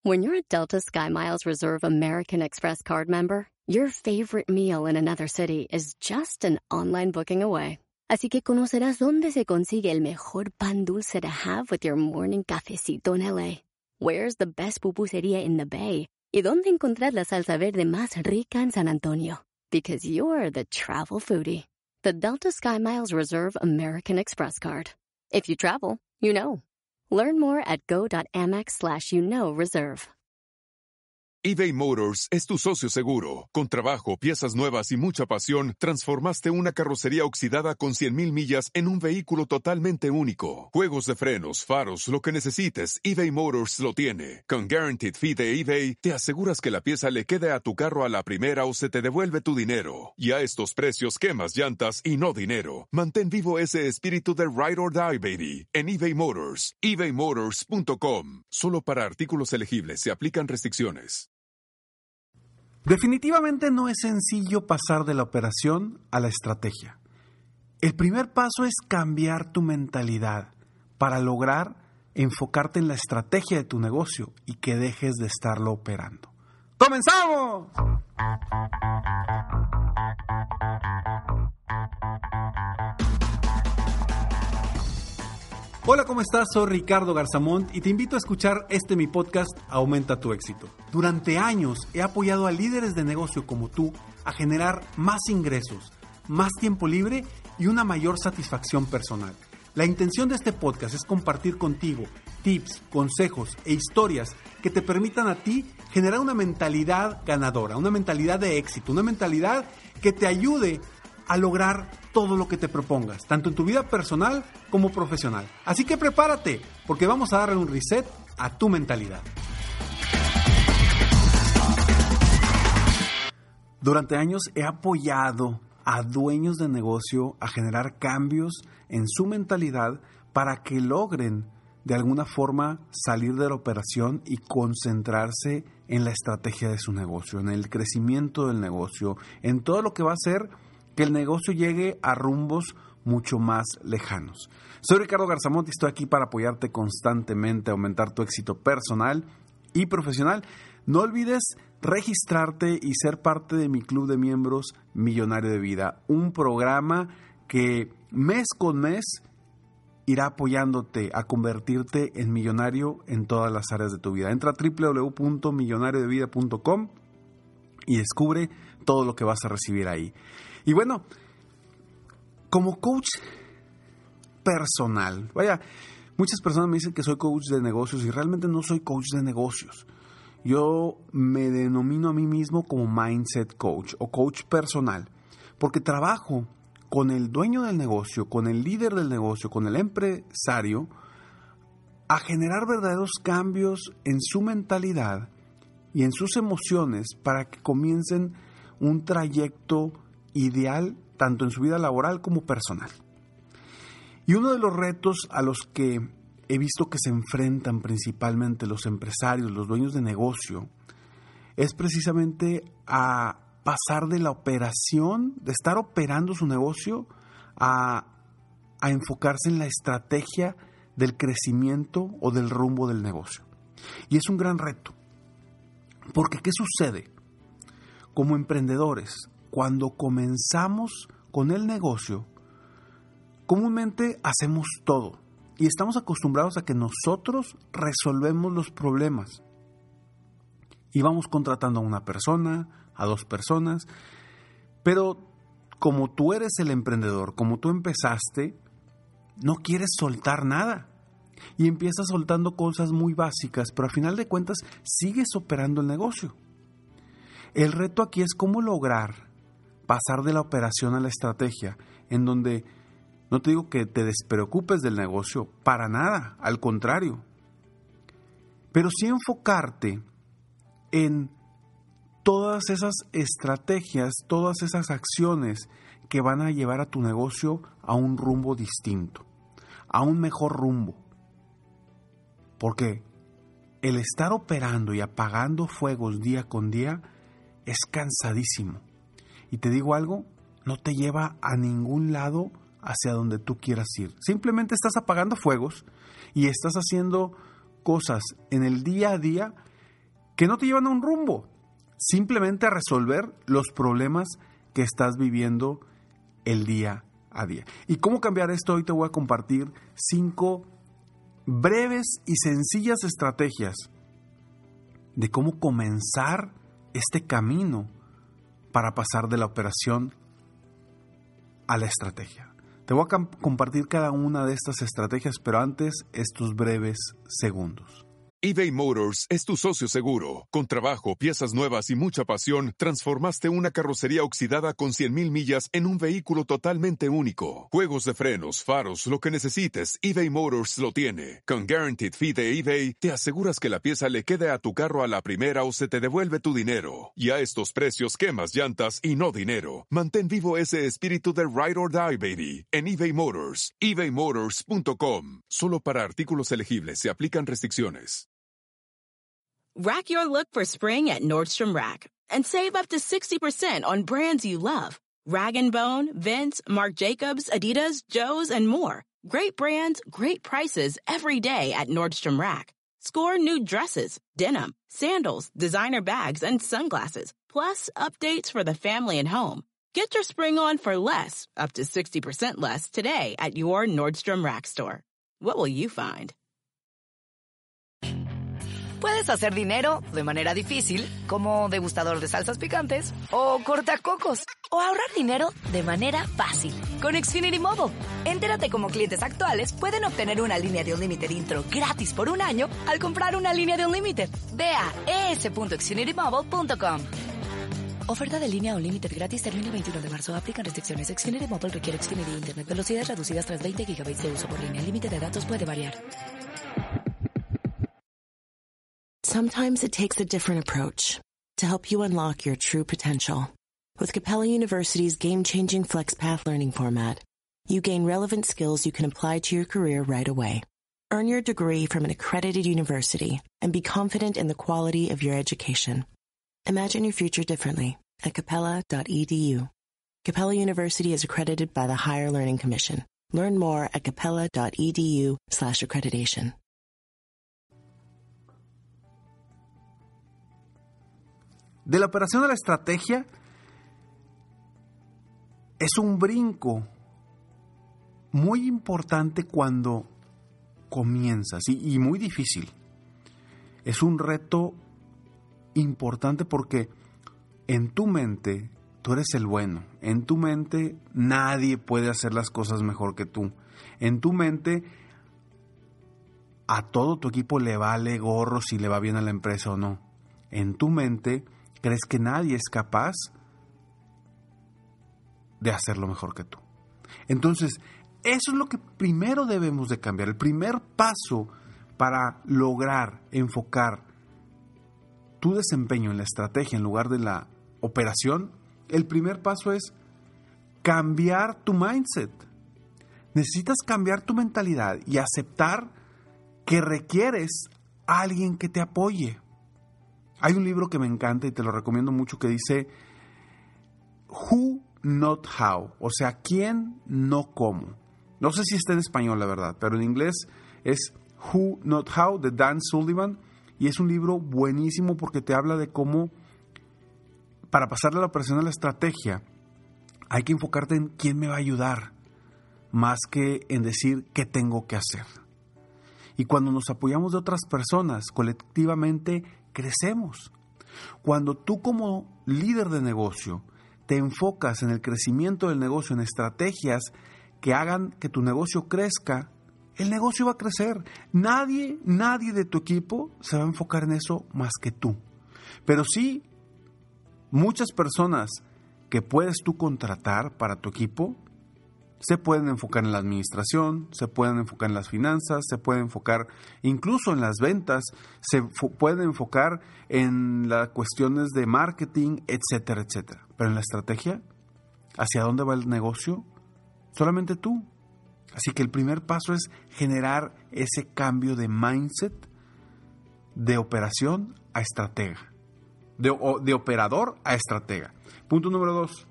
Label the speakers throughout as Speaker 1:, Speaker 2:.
Speaker 1: When you're a Delta SkyMiles Reserve American Express card member, your favorite meal in another city is just an online booking away. Así que conocerás dónde se consigue el mejor pan dulce to have with your morning cafecito en LA. Where's the best pupusería in the Bay? Y dónde encontrar la salsa verde más rica en San Antonio. Because you're the travel foodie. The Delta SkyMiles Reserve American Express card. If you travel, you know. Learn more at go.amex/reserve.
Speaker 2: eBay Motors es tu socio seguro. Con trabajo, piezas nuevas y mucha pasión, transformaste una carrocería oxidada con 100,000 millas en un vehículo totalmente único. Juegos de frenos, faros, lo que necesites, eBay Motors lo tiene. Con Guaranteed Fee de eBay, te aseguras que la pieza le quede a tu carro a la primera o se te devuelve tu dinero. Y a estos precios, quemas llantas y no dinero. Mantén vivo ese espíritu de Ride or Die, baby, en eBay Motors. ebaymotors.com. Solo para artículos elegibles se aplican restricciones.
Speaker 3: Definitivamente no es sencillo pasar de la operación a la estrategia. El primer paso es cambiar tu mentalidad para lograr enfocarte en la estrategia de tu negocio y que dejes de estarlo operando. ¡Comenzamos! Hola, ¿cómo estás? Soy Ricardo Garzamont y te invito a escuchar mi podcast Aumenta tu éxito. Durante años he apoyado a líderes de negocio como tú a generar más ingresos, más tiempo libre y una mayor satisfacción personal. La intención de este podcast es compartir contigo tips, consejos e historias que te permitan a ti generar una mentalidad ganadora, una mentalidad de éxito, una mentalidad que te ayude a lograr todo lo que te propongas, tanto en tu vida personal como profesional. Así que prepárate, porque vamos a darle un reset a tu mentalidad. Durante años he apoyado a dueños de negocio a generar cambios en su mentalidad para que logren de alguna forma salir de la operación y concentrarse en la estrategia de su negocio, en el crecimiento del negocio, en todo lo que va a hacer que el negocio llegue a rumbos mucho más lejanos. Soy Ricardo Garzamont y estoy aquí para apoyarte constantemente a aumentar tu éxito personal y profesional. No olvides registrarte y ser parte de mi club de miembros Millonario de Vida, un programa que mes con mes irá apoyándote a convertirte en millonario en todas las áreas de tu vida. Entra a www.millonariodevida.com y descubre todo lo que vas a recibir ahí. Y bueno, como coach personal, muchas personas me dicen que soy coach de negocios y realmente no soy coach de negocios. Yo me denomino a mí mismo como mindset coach o coach personal, porque trabajo con el dueño del negocio, con el líder del negocio, con el empresario, a generar verdaderos cambios en su mentalidad y en sus emociones para que comiencen un trayecto ideal tanto en su vida laboral como personal. Y uno de los retos a los que he visto que se enfrentan principalmente los empresarios, los dueños de negocio, es precisamente a pasar de la operación, de estar operando su negocio, a enfocarse en la estrategia del crecimiento o del rumbo del negocio. Y es un gran reto, porque ¿qué sucede? Como emprendedores, cuando comenzamos con el negocio, comúnmente hacemos todo y estamos acostumbrados a que nosotros resolvemos los problemas. Y vamos contratando a una persona, a dos personas, pero como tú eres el emprendedor, como tú empezaste, no quieres soltar nada. Y empiezas soltando cosas muy básicas, pero al final de cuentas sigues operando el negocio. El reto aquí es cómo lograr pasar de la operación a la estrategia, en donde no te digo que te despreocupes del negocio, para nada, al contrario. Pero sí enfocarte en todas esas estrategias, todas esas acciones que van a llevar a tu negocio a un rumbo distinto, a un mejor rumbo. Porque el estar operando y apagando fuegos día con día es cansadísimo. Y te digo algo, no te lleva a ningún lado hacia donde tú quieras ir. Simplemente estás apagando fuegos y estás haciendo cosas en el día a día que no te llevan a un rumbo, simplemente a resolver los problemas que estás viviendo el día a día. ¿Y cómo cambiar esto? Hoy te voy a compartir 5 breves y sencillas estrategias de cómo comenzar este camino para pasar de la operación a la estrategia. Te voy a compartir cada una de estas estrategias, pero antes estos breves segundos.
Speaker 2: eBay Motors es tu socio seguro. Con trabajo, piezas nuevas y mucha pasión, transformaste una carrocería oxidada con 100,000 millas en un vehículo totalmente único. Juegos de frenos, faros, lo que necesites, eBay Motors lo tiene. Con Guaranteed Fee de eBay, te aseguras que la pieza le quede a tu carro a la primera o se te devuelve tu dinero. Y a estos precios, quemas llantas y no dinero. Mantén vivo ese espíritu de Ride or Die, baby, en eBay Motors. ebaymotors.com. Solo para artículos elegibles se aplican restricciones.
Speaker 4: Rack your look for spring at Nordstrom Rack and save up to 60% on brands you love. Rag & Bone, Vince, Marc Jacobs, Adidas, Joe's, and more. Great brands, great prices every day at Nordstrom Rack. Score new dresses, denim, sandals, designer bags, and sunglasses, plus updates for the family and home. Get your spring on for less, up to 60% less today at your Nordstrom Rack store. What will you find?
Speaker 5: Puedes hacer dinero de manera difícil, como degustador de salsas picantes, o cortacocos, o ahorrar dinero de manera fácil con Xfinity Mobile. Entérate cómo clientes actuales pueden obtener una línea de Unlimited intro gratis por un año al comprar una línea de Unlimited. Ve a es.xfinitymobile.com. Oferta de línea Unlimited gratis termina el 21 de marzo. Aplican restricciones. Xfinity Mobile requiere Xfinity Internet. Velocidades reducidas tras 20 GB de uso por línea. El límite de datos puede variar.
Speaker 6: Sometimes it takes a different approach to help you unlock your true potential. With Capella University's game-changing FlexPath learning format, you gain relevant skills you can apply to your career right away. Earn your degree from an accredited university and be confident in the quality of your education. Imagine your future differently at capella.edu. Capella University is accredited by the Higher Learning Commission. Learn more at capella.edu/accreditation.
Speaker 3: De la operación a la estrategia es un brinco muy importante cuando comienzas y muy difícil. Es un reto importante porque en tu mente tú eres el bueno. En tu mente nadie puede hacer las cosas mejor que tú. En tu mente a todo tu equipo le vale gorro si le va bien a la empresa o no. En tu mente crees que nadie es capaz de hacerlo mejor que tú. Entonces, eso es lo que primero debemos de cambiar. El primer paso para lograr enfocar tu desempeño en la estrategia en lugar de la operación, el primer paso es cambiar tu mindset. Necesitas cambiar tu mentalidad y aceptar que requieres a alguien que te apoye. Hay un libro que me encanta y te lo recomiendo mucho que dice Who, Not How, o sea, ¿quién, no cómo? No sé si está en español, la verdad, pero en inglés es Who, Not How, de Dan Sullivan, y es un libro buenísimo porque te habla de cómo, para pasarle a la operación a la estrategia, hay que enfocarte en quién me va a ayudar, más que en decir qué tengo que hacer. Y cuando nos apoyamos de otras personas, colectivamente crecemos. Cuando tú como líder de negocio te enfocas en el crecimiento del negocio, en estrategias que hagan que tu negocio crezca, el negocio va a crecer. Nadie de tu equipo se va a enfocar en eso más que tú. Pero sí, muchas personas que puedes tú contratar para tu equipo se pueden enfocar en la administración, se pueden enfocar en las finanzas, se pueden enfocar incluso en las ventas, se pueden enfocar en las cuestiones de marketing, etcétera, etcétera. Pero en la estrategia, ¿hacia dónde va el negocio? Solamente tú. Así que el primer paso es generar ese cambio de mindset de operación a estratega, de operador a estratega. Punto número 2.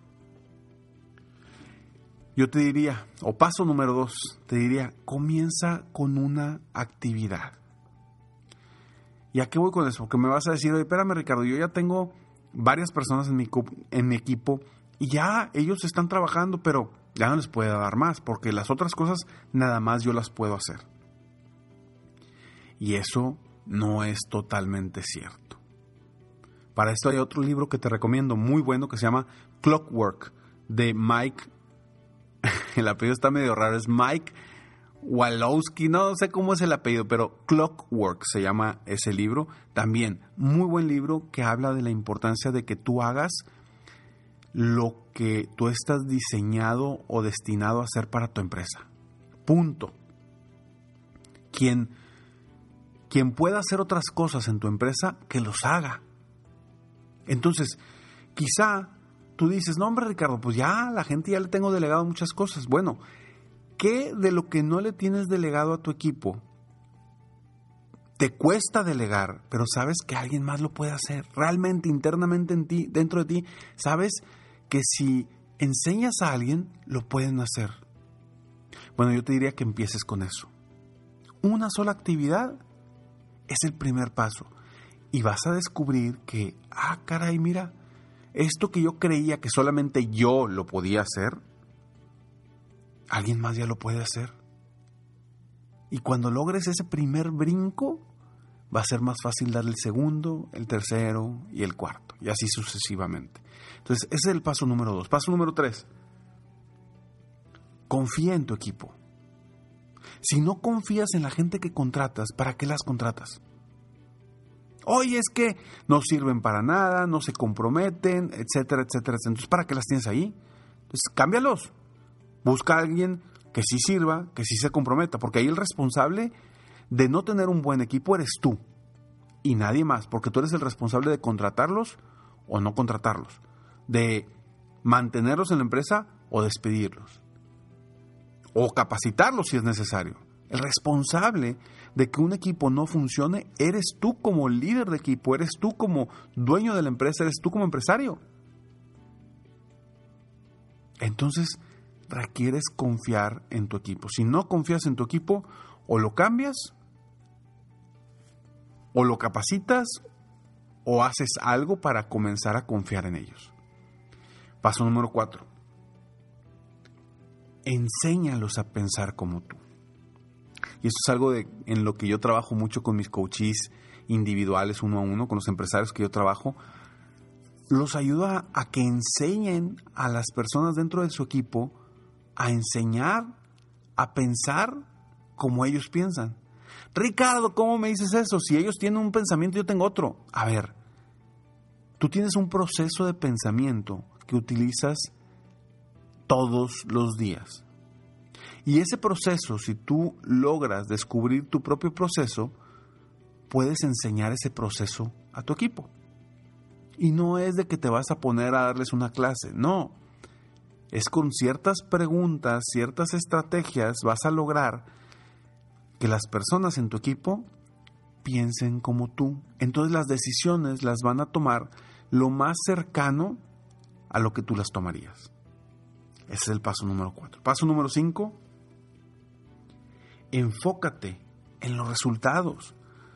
Speaker 3: Yo te diría, o paso número 2, te diría, comienza con una actividad. ¿Y a qué voy con eso? Porque me vas a decir, oye, espérame, Ricardo, yo ya tengo varias personas en mi equipo y ya ellos están trabajando, pero ya no les puedo dar más, porque las otras cosas nada más yo las puedo hacer. Y eso no es totalmente cierto. Para esto hay otro libro que te recomiendo, muy bueno, que se llama Clockwork, de Mike, el apellido está medio raro, es Mike Waloski, no sé cómo es el apellido, pero Clockwork se llama ese libro. También muy buen libro que habla de la importancia de que tú hagas lo que tú estás diseñado o destinado a hacer para tu empresa. Punto. Quien pueda hacer otras cosas en tu empresa, que los haga. Entonces, quizá tú dices, no hombre Ricardo, pues ya la gente ya le tengo delegado muchas cosas. Bueno, ¿qué de lo que no le tienes delegado a tu equipo te cuesta delegar, pero sabes que alguien más lo puede hacer? Realmente, internamente en ti, dentro de ti, sabes que si enseñas a alguien, lo pueden hacer. Bueno, yo te diría que empieces con eso. Una sola actividad es el primer paso. Y vas a descubrir que, caray, mira, esto que yo creía que solamente yo lo podía hacer, alguien más ya lo puede hacer. Y cuando logres ese primer brinco, va a ser más fácil dar el segundo, el tercero y el cuarto. Y así sucesivamente. Entonces, ese es el paso número 2. Paso número 3. Confía en tu equipo. Si no confías en la gente que contratas, ¿para qué las contratas? Oye, es que no sirven para nada, no se comprometen, etcétera, etcétera, etcétera. Entonces, ¿para qué las tienes ahí? Entonces, cámbialos. Busca a alguien que sí sirva, que sí se comprometa, porque ahí el responsable de no tener un buen equipo eres tú y nadie más, porque tú eres el responsable de contratarlos o no contratarlos, de mantenerlos en la empresa o despedirlos, o capacitarlos si es necesario. El responsable de que un equipo no funcione eres tú como líder de equipo, eres tú como dueño de la empresa, eres tú como empresario. Entonces, requieres confiar en tu equipo. Si no confías en tu equipo, o lo cambias, o lo capacitas, o haces algo para comenzar a confiar en ellos. Paso número 4. Enséñalos a pensar como tú. Y esto es algo en lo que yo trabajo mucho con mis coaches individuales, 1 a 1, con los empresarios que yo trabajo. Los ayuda a que enseñen a las personas dentro de su equipo a enseñar, a pensar como ellos piensan. Ricardo, ¿cómo me dices eso? Si ellos tienen un pensamiento, yo tengo otro. A ver, tú tienes un proceso de pensamiento que utilizas todos los días. Y ese proceso, si tú logras descubrir tu propio proceso, puedes enseñar ese proceso a tu equipo. Y no es de que te vas a poner a darles una clase, no. Es con ciertas preguntas, ciertas estrategias, vas a lograr que las personas en tu equipo piensen como tú. Entonces las decisiones las van a tomar lo más cercano a lo que tú las tomarías. Ese es el paso número 4. Paso número 5. Enfócate en los resultados.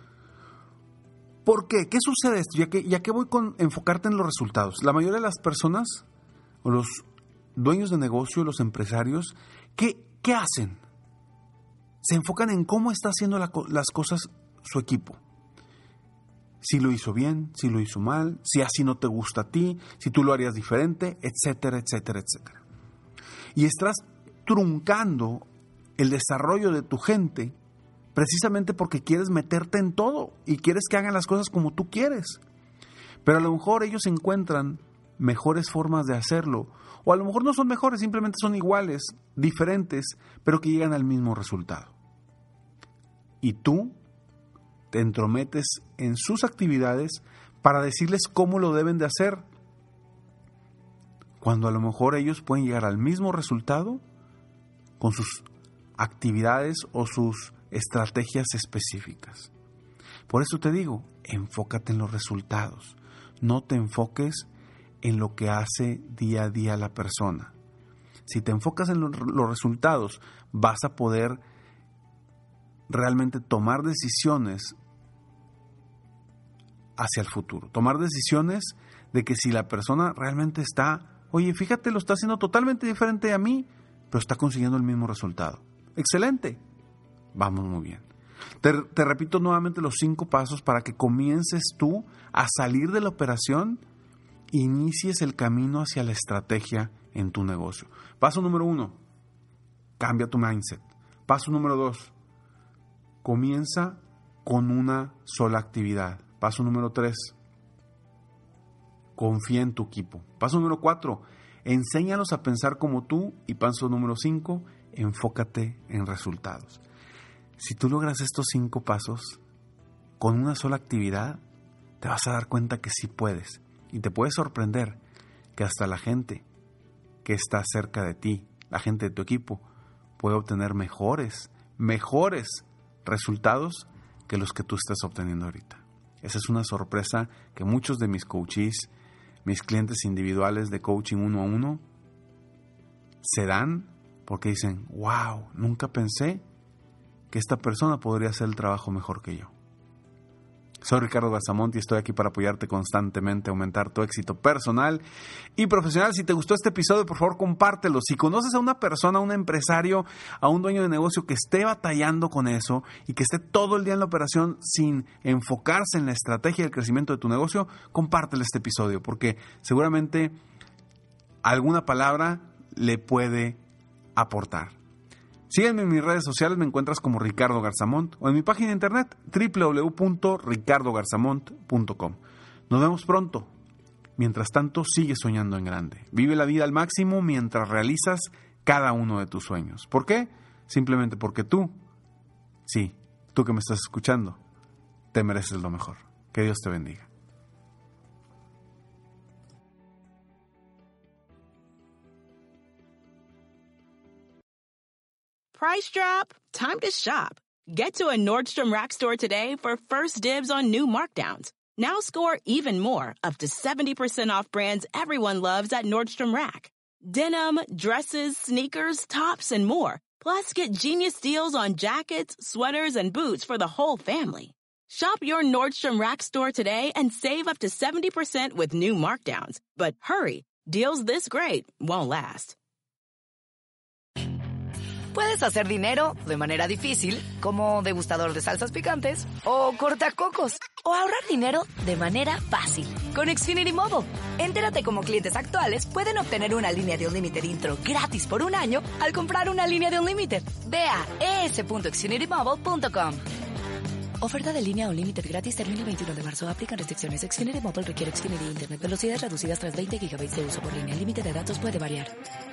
Speaker 3: ¿Por qué? ¿Qué sucede esto? Ya que voy con enfocarte en los resultados. La mayoría de las personas, o los dueños de negocio, los empresarios, ¿qué hacen? Se enfocan en cómo está haciendo las cosas su equipo. Si lo hizo bien, si lo hizo mal, si así no te gusta a ti, si tú lo harías diferente, etcétera, etcétera, etcétera. Y estás truncando el desarrollo de tu gente precisamente porque quieres meterte en todo y quieres que hagan las cosas como tú quieres. Pero a lo mejor ellos encuentran mejores formas de hacerlo, o a lo mejor no son mejores, simplemente son iguales, diferentes, pero que llegan al mismo resultado. Y tú te entrometes en sus actividades para decirles cómo lo deben de hacer, cuando a lo mejor ellos pueden llegar al mismo resultado con sus actividades o sus estrategias específicas. Por eso te digo, enfócate en los resultados. No te enfoques en lo que hace día a día la persona. Si te enfocas en los resultados, vas a poder realmente tomar decisiones hacia el futuro. Tomar decisiones de que si la persona realmente está, oye, fíjate, lo está haciendo totalmente diferente a mí, pero está consiguiendo el mismo resultado. ¡Excelente! Vamos muy bien. Te repito nuevamente los 5 pasos para que comiences tú a salir de la operación e inicies el camino hacia la estrategia en tu negocio. Paso número 1, cambia tu mindset. Paso número 2, comienza con una sola actividad. Paso número 3, confía en tu equipo. Paso número 4, enséñalos a pensar como tú. Y paso número 5, enfócate en resultados. Si tú logras estos 5 pasos con una sola actividad, te vas a dar cuenta que sí puedes. Y te puede sorprender que hasta la gente que está cerca de ti, la gente de tu equipo, puede obtener mejores resultados que los que tú estás obteniendo ahorita. Esa es una sorpresa que muchos de mis coaches, mis clientes individuales de coaching 1 a 1, se dan porque dicen, wow, nunca pensé que esta persona podría hacer el trabajo mejor que yo. Soy Ricardo Garzamont y estoy aquí para apoyarte constantemente a aumentar tu éxito personal y profesional. Si te gustó este episodio, por favor, compártelo. Si conoces a una persona, a un empresario, a un dueño de negocio que esté batallando con eso y que esté todo el día en la operación sin enfocarse en la estrategia y el crecimiento de tu negocio, compártele este episodio porque seguramente alguna palabra le puede aportar. Sígueme en mis redes sociales, me encuentras como Ricardo Garzamont o en mi página de internet www.ricardogarzamont.com. Nos vemos pronto. Mientras tanto, sigue soñando en grande. Vive la vida al máximo mientras realizas cada uno de tus sueños. ¿Por qué? Simplemente porque tú que me estás escuchando, te mereces lo mejor. Que Dios te bendiga.
Speaker 4: Price drop? Time to shop. Get to a Nordstrom Rack store today for first dibs on new markdowns. Now score even more, up to 70% off brands everyone loves at Nordstrom Rack. Denim, dresses, sneakers, tops, and more. Plus, get genius deals on jackets, sweaters, and boots for the whole family. Shop your Nordstrom Rack store today and save up to 70% with new markdowns. But hurry, deals this great won't last.
Speaker 5: Puedes hacer dinero de manera difícil, como degustador de salsas picantes, o cortacocos, o ahorrar dinero de manera fácil con Xfinity Mobile. Entérate cómo clientes actuales pueden obtener una línea de Unlimited intro gratis por 1 año al comprar una línea de Unlimited. Ve a es.xfinitymobile.com. Oferta de línea Unlimited gratis termina el 21 de marzo. Aplican restricciones. Xfinity Mobile requiere Xfinity Internet. Velocidades reducidas tras 20 GB de uso por línea. El límite de datos puede variar.